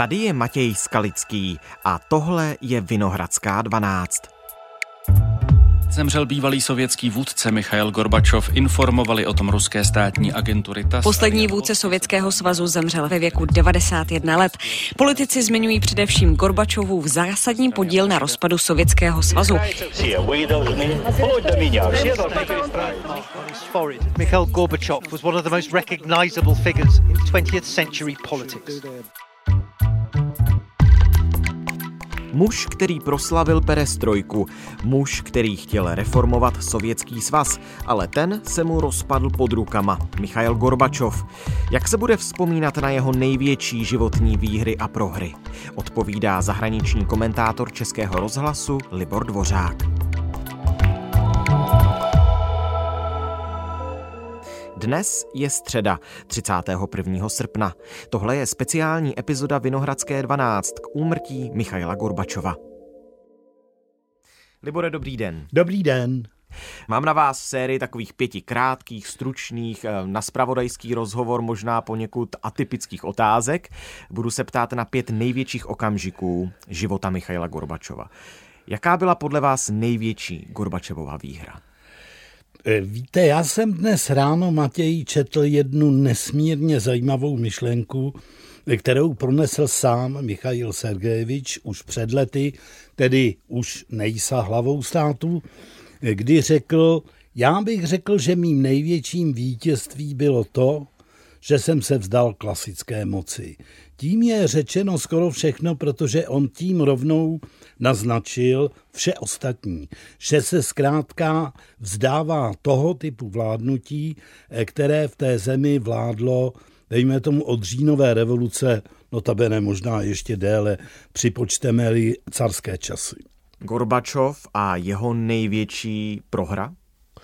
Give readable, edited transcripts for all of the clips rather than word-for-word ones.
Tady je Matěj Skalický a tohle je Vinohradská 12. Zemřel bývalý sovětský vůdce Michail Gorbačov, informovali o tom ruské státní agentury TASS. Poslední vůdce Sovětského svazu zemřel ve věku 91 let. Politici zmiňují především Gorbačovův zásadní podíl na rozpadu Sovětského svazu. Mikhail Gorbachev was one of the most recognizable figures in 20th century politics. Muž, který proslavil perestrojku, muž, který chtěl reformovat Sovětský svaz, ale ten se mu rozpadl pod rukama, Michail Gorbačov. Jak se bude vzpomínat na jeho největší životní výhry a prohry? Odpovídá zahraniční komentátor Českého rozhlasu Libor Dvořák. Dnes je středa, 31. srpna. Tohle je speciální epizoda Vinohradské 12 k úmrtí Michaila Gorbačova. Libore, dobrý den. Dobrý den. Mám na vás sérii takových 5 krátkých, stručných, na zpravodajský rozhovor možná poněkud atypických otázek. Budu se ptát na 5 největších okamžiků života Michaila Gorbačova. Jaká byla podle vás největší Gorbačovova výhra? Víte, já jsem dnes ráno, Matěj, četl jednu nesmírně zajímavou myšlenku, kterou pronesl sám Michail Sergejevič už před lety, tedy už nejsa hlavou státu, kdy řekl, já bych řekl, že mým největším vítězství bylo to, že jsem se vzdal klasické moci. Tím je řečeno skoro všechno, protože on tím rovnou naznačil vše ostatní, že se zkrátka vzdává toho typu vládnutí, které v té zemi vládlo, dejme tomu od říjnové revoluce, notabene možná ještě déle, připočteme-li carské časy. Gorbačov a jeho největší prohra?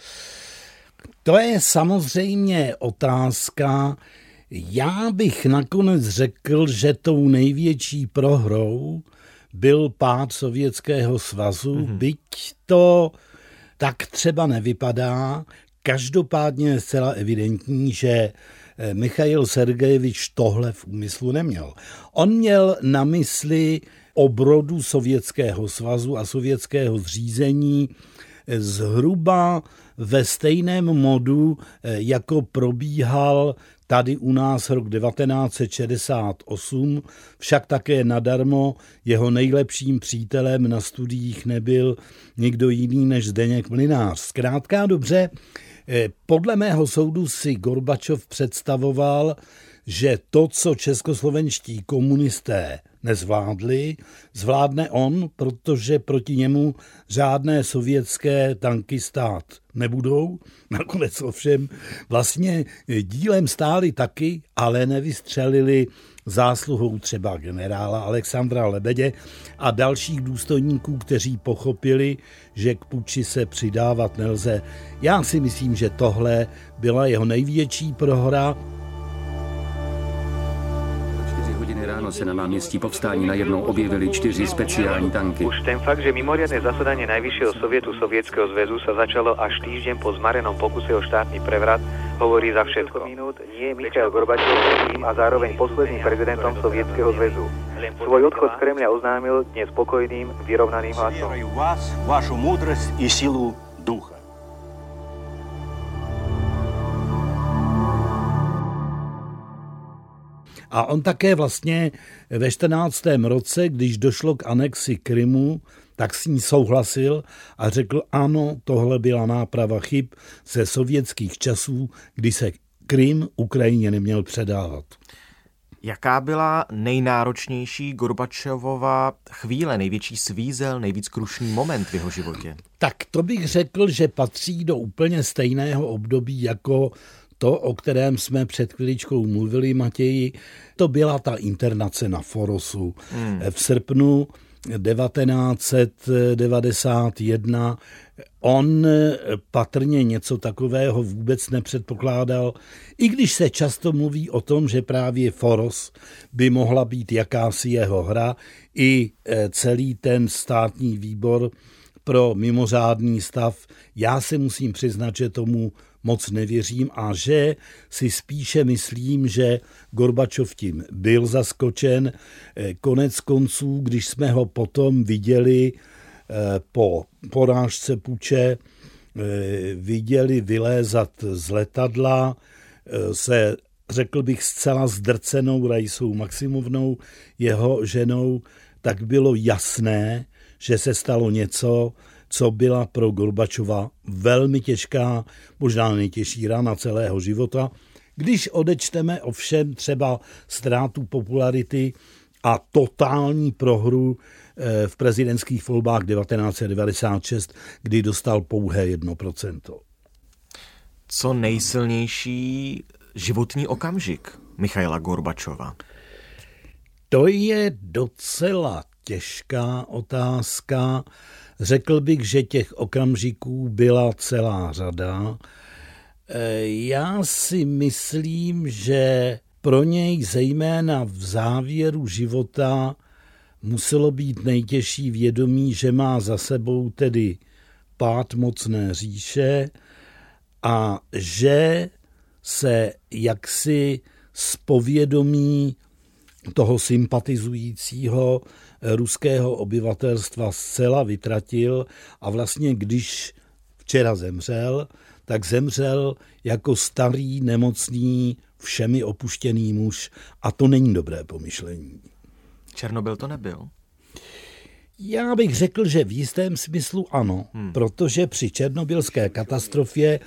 To je samozřejmě otázka. Já bych nakonec řekl, že tou největší prohrou byl pád Sovětského svazu, byť to tak třeba nevypadá. Každopádně je zcela evidentní, že Michail Sergejevič tohle v úmyslu neměl. On měl na mysli obrodu Sovětského svazu a sovětského zřízení zhruba ve stejném modu, jako probíhal tady u nás rok 1968, však také nadarmo jeho nejlepším přítelem na studiích nebyl nikdo jiný než Zdeněk Mlynář. Zkrátka dobře, podle mého soudu si Gorbačov představoval, že to, co českoslovenští komunisté nezvládli, zvládne on, protože proti němu žádné sovětské tanky stát nebudou. Nakonec ovšem vlastně dílem stáli taky, ale nevystřelili zásluhou třeba generála Alexandra Lebedě a dalších důstojníků, kteří pochopili, že k puči se přidávat nelze. Já si myslím, že tohle byla jeho největší prohra. Ráno se na náměstí Povstání najednou objevili 4 speciální tanky. Už ten fakt, že mimoriadne zasadanie Najvyššieho sovietu Sovietskeho zväzu sa začalo až týždeň po zmarenom pokuse o štátny prevrat, hovorí za všetko. Nie je Michail Gorbačov a zároveň posledným prezidentom Sovietskeho zväzu. Svoj odchod z Kremľa oznámil dnes spokojným, vyrovnaným hlasom. Vašu múdrosť i silu ducha. A on také vlastně ve 14. roce, když došlo k anexi Krymu, tak s ní souhlasil a řekl, ano, tohle byla náprava chyb ze sovětských časů, kdy se Krym Ukrajině neměl předávat. Jaká byla nejnáročnější Gorbačovova chvíle, největší svízel, nejvíc krušný moment v jeho životě? Tak to bych řekl, že patří do úplně stejného období jako to, o kterém jsme před chviličkou mluvili, Matěji. To byla ta internace na Forosu v srpnu 1991. On patrně něco takového vůbec nepředpokládal, i když se často mluví o tom, že právě Foros by mohla být jakási jeho hra, i celý ten státní výbor pro mimořádný stav. Já si musím přiznat, že tomu moc nevěřím a že si spíše myslím, že Gorbačov tím byl zaskočen. Konec konců, když jsme ho potom viděli po porážce puče, viděli vylézat z letadla se, řekl bych, zcela zdrcenou Raisou Maximovnou, jeho ženou, tak bylo jasné, že se stalo něco, co byla pro Gorbačova velmi těžká, možná nejtěžší rána celého života. Když odečteme ovšem třeba ztrátu popularity a totální prohru v prezidentských volbách 1996, kdy dostal pouhé 1%. Co nejsilnější životní okamžik Michaila Gorbačova? To je docela těžká otázka. Řekl bych, že těch okamžiků byla celá řada. Já si myslím, že pro něj zejména v závěru života muselo být nejtěžší vědomí, že má za sebou tedy pád mocné říše a že se jaksi z povědomí toho sympatizujícího ruského obyvatelstva zcela vytratil a vlastně když včera zemřel, tak zemřel jako starý, nemocný, všemi opuštěný muž a to není dobré pomyšlení. Černobyl to nebyl? Já bych řekl, že v jistém smyslu ano, protože při černobylské katastrofě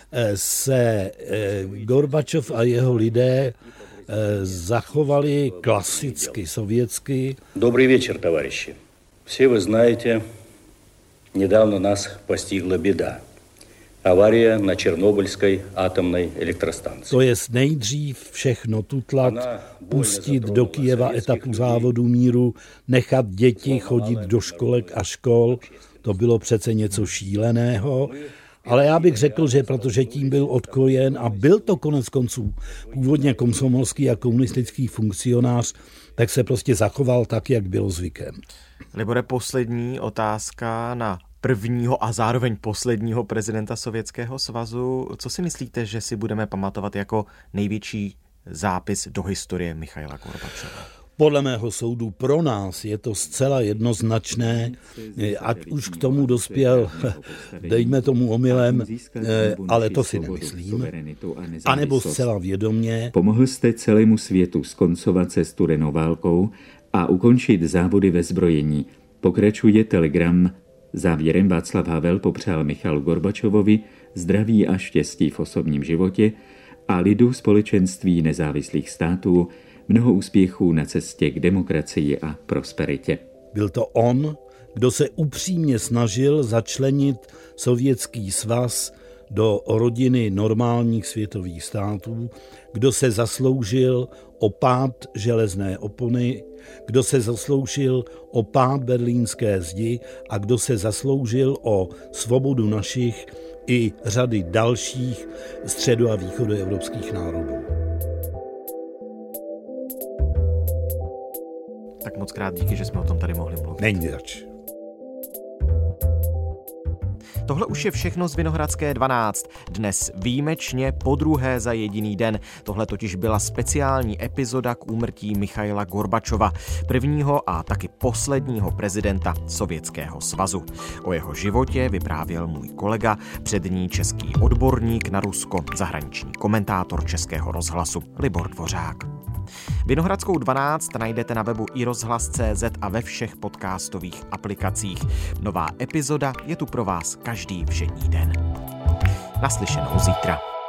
se Gorbačov a jeho lidé zachovali klasicky sovětsky. Добрый вечер, товарищи. Все вы знаете, недавно нас постигла беда. Авария на Чернобыльской атомной электростанции. To je nejdřív všechno tutlat, pustit do Kyjeva etapu závodu míru, nechat děti chodit do školek a škol. To bylo přece něco šíleného. Ale já bych řekl, že protože tím byl odkojen a byl to konec konců původně komsomolský a komunistický funkcionář, tak se prostě zachoval tak, jak bylo zvykem. Libore, poslední otázka na prvního a zároveň posledního prezidenta Sovětského svazu. Co si myslíte, že si budeme pamatovat jako největší zápis do historie Michaila Gorbačova? Podle mého soudu pro nás je to zcela jednoznačné, ať už k tomu dospěl, dejme tomu omylem, ale to si nemyslím, anebo zcela vědomě. Pomohl jste celému světu skoncovat se studenou válkou a ukončit závody ve zbrojení. Pokračuje telegram. Závěrem Václav Havel popřál Michailu Gorbačovovi zdraví a štěstí v osobním životě a lidu společenství nezávislých států mnoho úspěchů na cestě k demokracii a prosperitě. Byl to on, kdo se upřímně snažil začlenit Sovětský svaz do rodiny normálních světových států, kdo se zasloužil o pád železné opony, kdo se zasloužil o pád berlínské zdi a kdo se zasloužil o svobodu našich i řady dalších středo- a východoevropských národů. Tak moc krát díky, že jsme o tom tady mohli mluvit. Není zač. Tohle už je všechno z Vinohradské 12. Dnes výjimečně podruhé za jediný den. Tohle totiž byla speciální epizoda k úmrtí Michaila Gorbačova, prvního a taky posledního prezidenta Sovětského svazu. O jeho životě vyprávěl můj kolega, přední český odborník na Rusko, zahraniční komentátor Českého rozhlasu Libor Dvořák. Vinohradskou 12 najdete na webu iRozhlas.cz a ve všech podcastových aplikacích. Nová epizoda je tu pro vás každý všední den. Naslyšenou zítra.